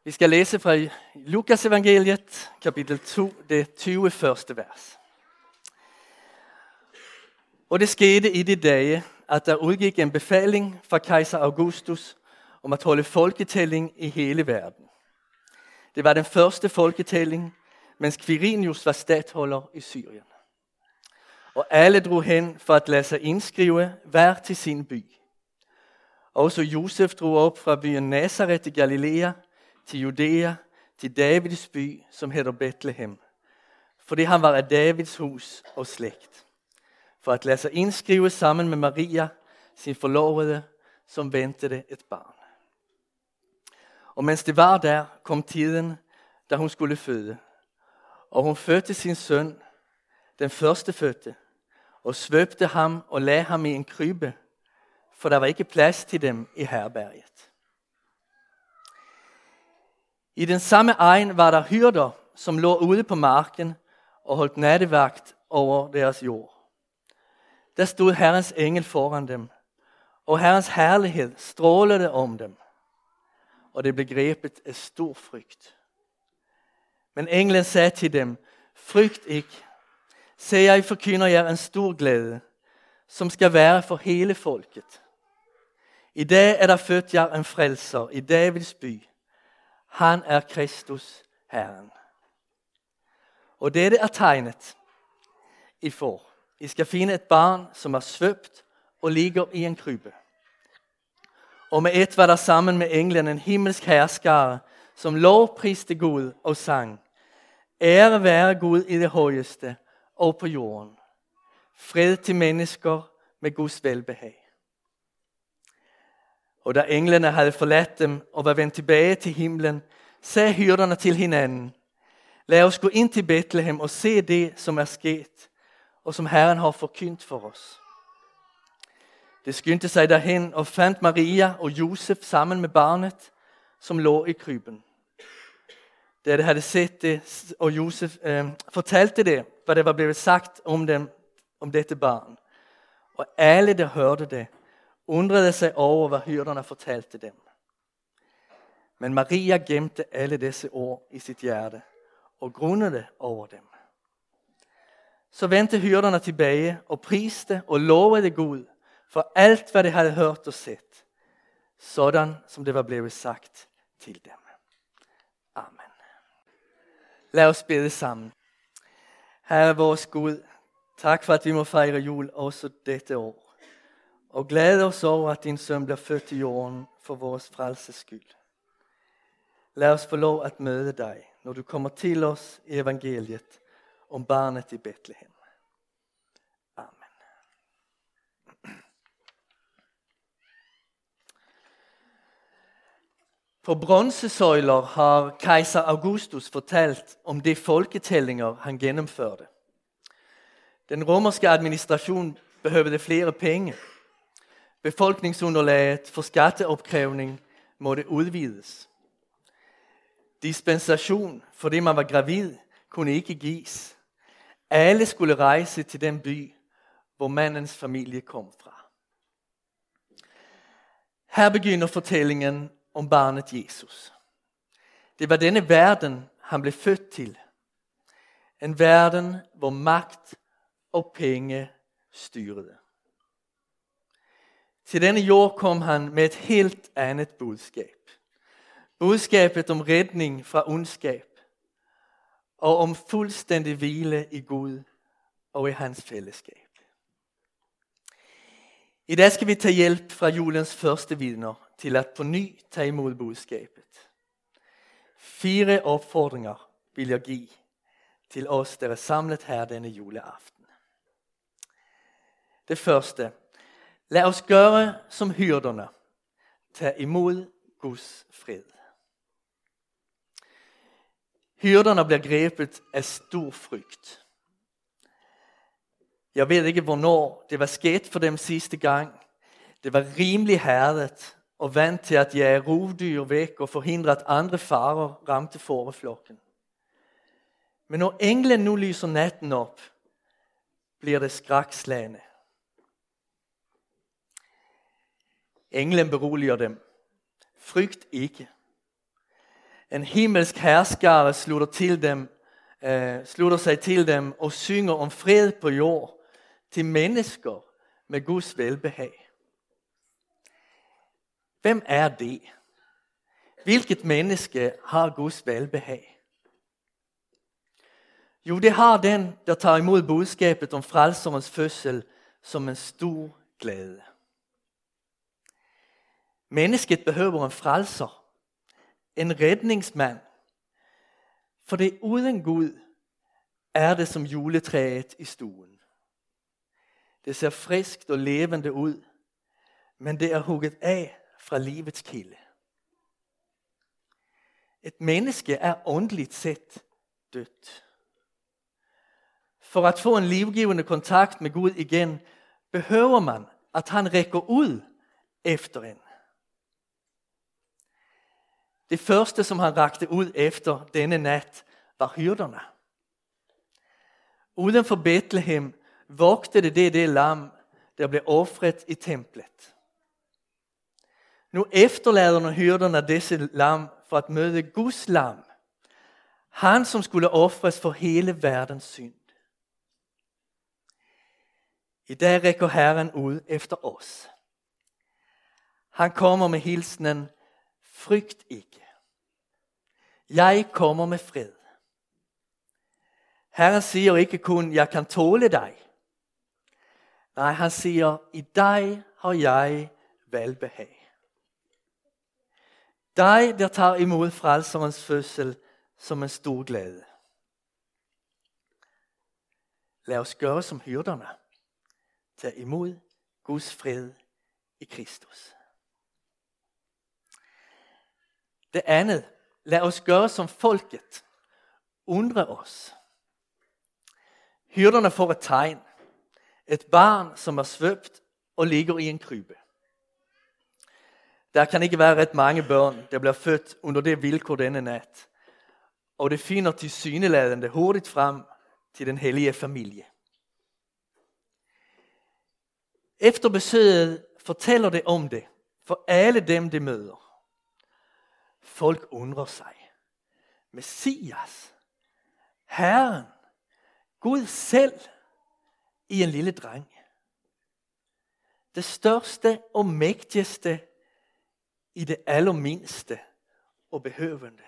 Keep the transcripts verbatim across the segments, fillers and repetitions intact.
Vi skal læse fra Lukas evangeliet, kapitel to, det tyve-første vers. Og det skete i de dage, at der udgik en befaling fra kejser Augustus om at holde folketælling i hele verden. Det var den første folketælling, mens Quirinius var statholder i Syrien. Og alle drog hen for at lade sig indskrive hver til sin by. Også Josef drog op fra byen Nazaret i Galilea til Judæa, til Davids by, som hedder Bethlehem, fordi han var af Davids hus og slægt, for at lade sig indskrive sammen med Maria, sin forlovede, som ventede et barn. Og mens det var der, kom tiden, da hun skulle føde, og hun fødte sin søn, den første fødte, og svøbte ham og lagde ham i en krybbe, for der var ikke plads til dem i herberget. I den samme egen var der hyrder, som lå ude på marken og holdt nattevagt over deres jord. Der stod Herrens engel foran dem, og Herrens herlighed strålede om dem, og det blev grebet af stor frygt. Men englen sagde til dem, frygt ikke, se jeg forkynder jer en stor glæde, som skal være for hele folket. I dag er der født jer en frelser i Davids by. Han er Kristus, Herren. Og dette er tegnet, I får. I skal finde et barn, som er svøbt og ligger i en krybbe. Og med et var der sammen med englen en himmelsk herskare, som lovpriste Gud og sang. Ære være Gud i det højeste og på jorden. Fred til mennesker med Guds velbehag. Og da englene havde forladt dem og var vendt tilbage til himlen, sagde hyrderne til hinanden, lad os gå ind til Bethlehem og se det, som er sket, og som Herren har forkyndt for os. Det skyndte sig derhen og fandt Maria og Josef sammen med barnet, som lå i krybben. Da de havde set det, og Josef øh, fortalte det, hvad det var blevet sagt om, dem, om dette barn. Og alle, der hørte det, undrede sig over, hvad hyrderne fortalte dem. Men Maria gemte alle disse ord i sit hjerte og grundede over dem. Så vendte hyrderne tilbage og priste og lovede Gud for alt, hvad de havde hørt og set, sådan som det var blevet sagt til dem. Amen. Lad os bede sammen. Herre vores Gud, tak for at vi må fejre jul også dette år. Og glæde os over, at din søn bliver født i jorden for vores frelses skyld. Lad os få lov at møde dig, når du kommer til os i evangeliet om barnet i Bethlehem. Amen. På bronzesøjler har kejser Augustus fortalt om de folketællinger, han gennemførte. Den romerske administration behøvede flere penge. Befolkningsunderlaget for skatteopkrævning måtte udvides. Dispensation, fordi man var gravid, kunne ikke gives. Alle skulle rejse til den by, hvor mandens familie kom fra. Her begynder fortællingen om barnet Jesus. Det var denne verden, han blev født til. En verden, hvor magt og penge styrede. Til denne jord kom han med et helt andet budskab. Budskabet om redning fra ondskab og om fuldstændig hvile i Gud og i hans fællesskab. I dag skal vi tage hjælp fra julens første vidner til at på ny tage imod budskabet. Fire opfordringer vil jeg give til os, der er samlet her denne juleaften. Det første. Lad os gøre som hyrderne. Tag imod Guds fred. Hyrderne bliver grebet af stor frygt. Jeg ved ikke, hvornår det var sket for dem sidste gang. Det var rimelig hærdet og vant til at jage rovdyr væk og forhindre, at andre farer ramte fåreflokken. Men når englen nu lyser natten op, bliver det skrækslagne. Englen beroliger dem. Frygt ikke. En himmelsk herskare slutter, til dem, øh, slutter sig til dem og synger om fred på jord til mennesker med Guds velbehag. Hvem er det? Hvilket menneske har Guds velbehag? Jo, det har den, der tager imod budskabet om frelserens fødsel som en stor glæde. Mennesket behøver en frelser, en redningsmand. For det uden Gud er det som juletræet i stuen. Det ser friskt og levende ud, men det er hugget af fra livets kilde. Et menneske er åndeligt set dødt. For at få en livgivende kontakt med Gud igen, behøver man, at han rækker ud efter en. Det første, som han rakte ud efter denne nat, var hyrderne. Uden for Betlehem vogtede det det lam, der blev offret i templet. Nu efterlader hyrderne disse lam for at møde Guds lam. Han, som skulle offres for hele verdens synd. I dag rækker Herren ud efter os. Han kommer med hilsenen, frygt ikke. Jeg kommer med fred. Herren siger ikke kun, jeg kan tåle dig. Nej, han siger, i dig har jeg velbehag. Dig, der tager imod frelserens fødsel som en stor glæde. Lad os gøre som hyrderne. Tag imod Guds fred i Kristus. Det andet, lad os gøre som folket. Undre os. Hyrderne får et tegn. Et barn, som er svøbt og ligger i en krybe. Der kan ikke være ret mange børn, der bliver født under det vilkår denne nat. Og det finder tilsyneladende hurtigt frem til den hellige familie. Efter besøget fortæller det om det for alle dem, det møder. Folk undrer sig. Messias, Herren, Gud selv i en lille dreng. Det største og mægtigste i det allermindste og behøvende.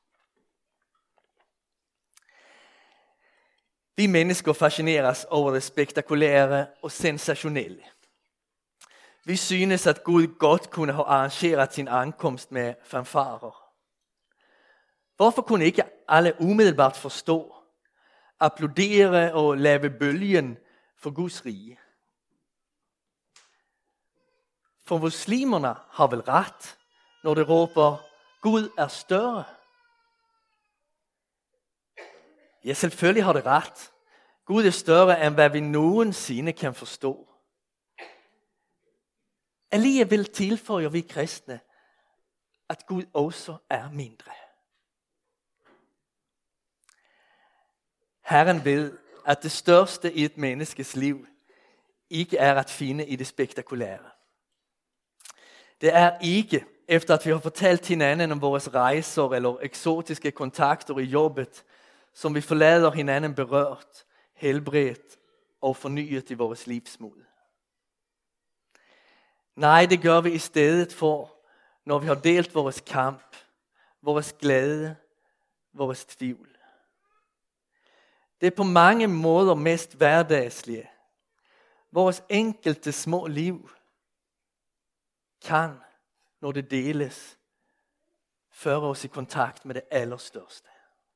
Vi mennesker fascineres over det spektakulære og sensationelle. Vi synes, at Gud godt kunne have arrangeret sin ankomst med fanfarer. Hvorfor kunne ikke alle umiddelbart forstå, applaudere og lave bølgen for Guds rige? For muslimerne har vel ret, når de råber, Gud er større. Ja, selvfølgelig har det ret. Gud er større, end hvad vi nogensinde kan forstå. Alligevel tilføjer vi kristne, at Gud også er mindre. Herren ved, at det største i et menneskes liv ikke er at finde i det spektakulære. Det er ikke, efter at vi har fortalt hinanden om vores rejser eller eksotiske kontakter i jobbet, som vi forlader hinanden berørt, helbredt og fornyet i vores livsmod. Nej, det gør vi i stedet for, når vi har delt vores kamp, vores glæde, vores tvivl. Det er på mange måder mest hverdagslige. Vores enkelte små liv kan, når det deles, føre os i kontakt med det allerstørste.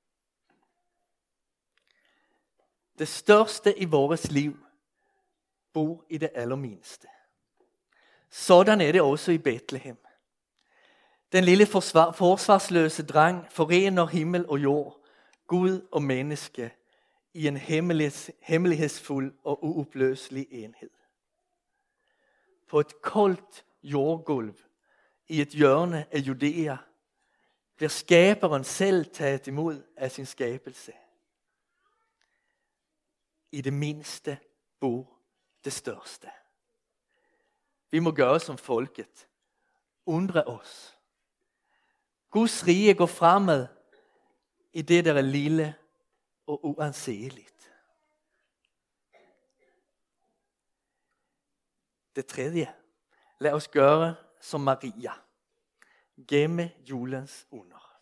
Det største i vores liv bor i det allermindste. Sådan er det også i Betlehem. Den lille forsvar, forsvarsløse dreng forener himmel og jord, Gud og menneske i en hemmeligheds, hemmelighedsfuld og uopløselig enhed. På et koldt jordgulv i et hjørne af Judæa bliver skaberen selv taget imod af sin skabelse. I det mindste bor det største. Vi må gøre som folket. Undre os. Guds rige går fremad i det, der er lille og uanseeligt. Det tredje. Lad os gøre som Maria. Gemme julens under.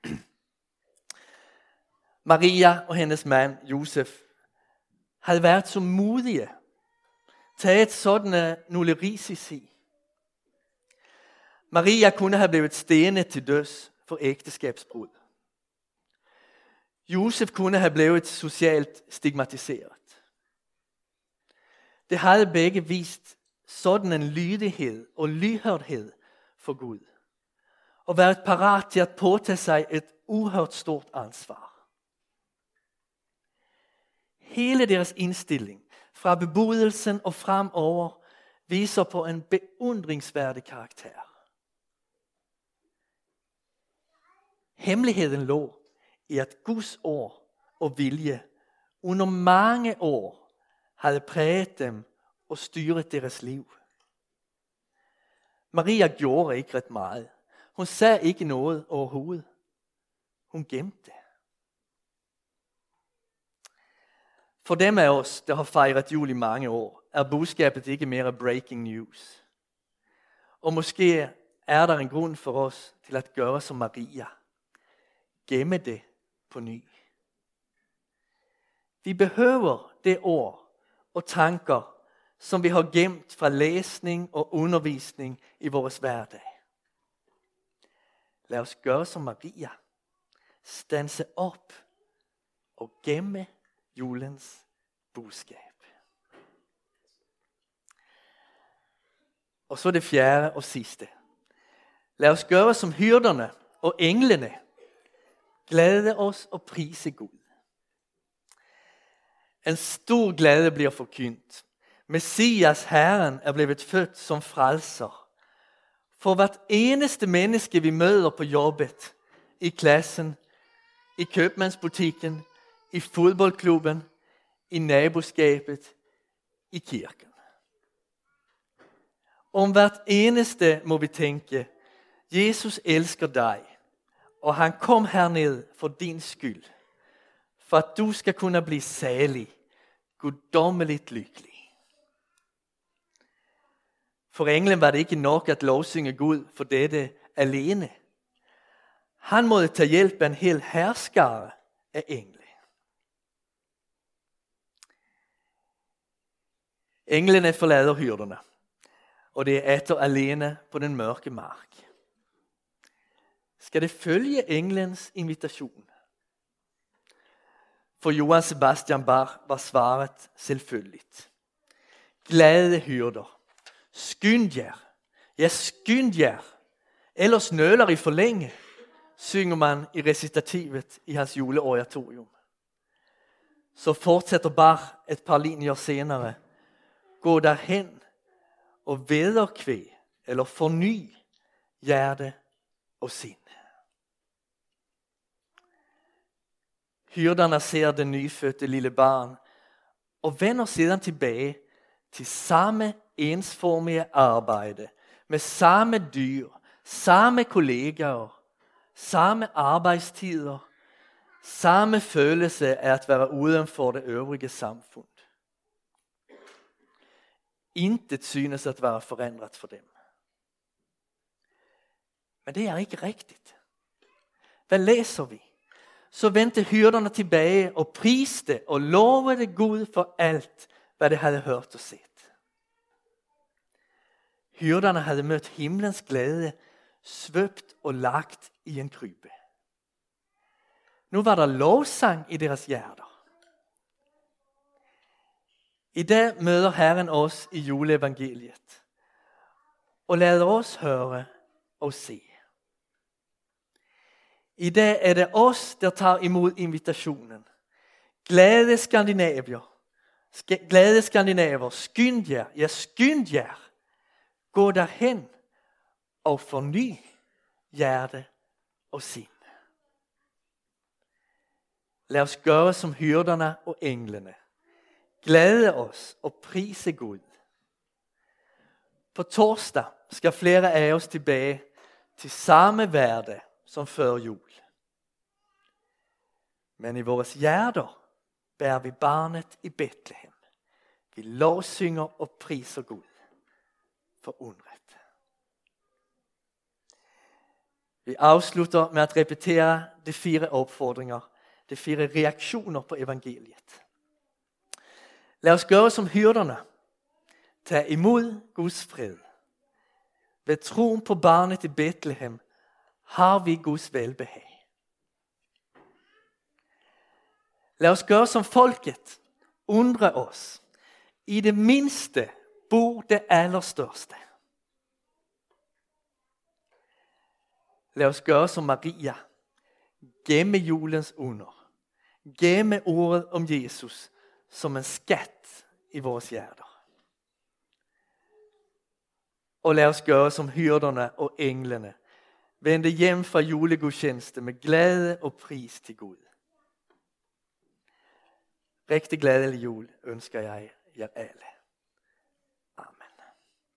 Maria og hendes mand Josef havde været så modige, taget sådan nogle risici. Maria kunne have blevet stenet til døds for ægteskabsbrud. Josef kunne have blevet socialt stigmatiseret. Det havde begge vist sådan en lydighed og lydhørhed for Gud, og været parat til at påtage sig et uhørt stort ansvar. Hele deres indstilling, fra bebudelsen og fremover, viser på en beundringsværdig karakter. Hemmeligheden lå i at Guds ord og vilje under mange år havde præget dem og styret deres liv. Maria gjorde ikke ret meget. Hun sagde ikke noget overhovedet. Hun gemte. For dem af os, der har fejret jul i mange år, er budskabet ikke mere breaking news. Og måske er der en grund for os til at gøre som Maria. Gemme det på ny. Vi behøver det ord og tanker, som vi har gemt fra læsning og undervisning i vores hverdag. Lad os gøre som Maria. Standse op og gemme julens budskab. Og så det fjerde og sidste. Lad os gøre som hyrderne og englene. Glæde os og prise Gud. En stor glæde bliver forkyndt. Messias, Herren, er blevet født som frelser. For hvert eneste menneske, vi møder på jobbet, i klassen, i købmandsbutikken, i fodboldklubben, i naboskabet, i kirken. Om hvert eneste må vi tænke, Jesus elsker dig, og han kom herned for din skyld, for at du skal kunne blive salig, guddommeligt lykkelig. For englen var det ikke nok at lovsynge Gud for dette alene. Han måtte tage hjælp af en hel herskare af engle. Englene forlader hyrderne, og det er etter alene på den mørke mark. Skal det følge englens invitation? For Johann Sebastian Bach var svaret selvfølgeligt. Glade hyrder, skynd jer, ja skynd jer, ellers nøler I for længe, synger man i recitativet i hans juleoratorium. Så fortsætter Bach et par linjer senere. Gå derhen og vederkvæg eller forny hjerte og sind. Hyrderne ser den nyfødte lille barn og vender siden tilbage til samme ensformige arbejde med samme dyr, samme kollegaer, samme arbejdstider, samme følelse af at være uden for det øvrige samfund. Intet synes at være forandret for dem. Men det er ikke rigtigt. Hvad læser vi? Så vendte hyrderne tilbage og priste og lovede Gud for alt, hvad de havde hørt og set. Hyrderne havde mødt himlens glæde, svøbt og lagt i en krybe. Nu var der lovsang i deres hjerter. I dag møder Herren os i juleevangeliet og lader os høre og se. I dag er det os, der tager imod invitationen. Glade skandinavier, glade skandinaver, skynd jer, ja skynd jer. Gå derhen og forny hjerte og sind. Lad os gøre som hyrderne og englene. Glæde os og prise Gud. På torsdag skal flere af os tilbage til samme hverdag som før jul. Men i vores hjerter bærer vi barnet i Betlehem. Vi lovsynger og priser Gud for undret. Vi afslutter med at repetere de fire opfordringer, de fire reaktioner på evangeliet. Lad os gøre som hyrderne. Tag imod Guds fred. Ved troen på barnet i Betlehem har vi Guds velbehag. Lad os gøre som folket. Undre os. I det mindste bor det allerstørste. Lad os gøre som Maria. Gemme julens under. Gemme ordet om Jesus som en skat i vores hjerter. Og lad os gøre som hyrderne og englene. Vende hjem fra julegudstjeneste med glæde og pris til Gud. Rigtig glædelig jul ønsker jeg jer alle.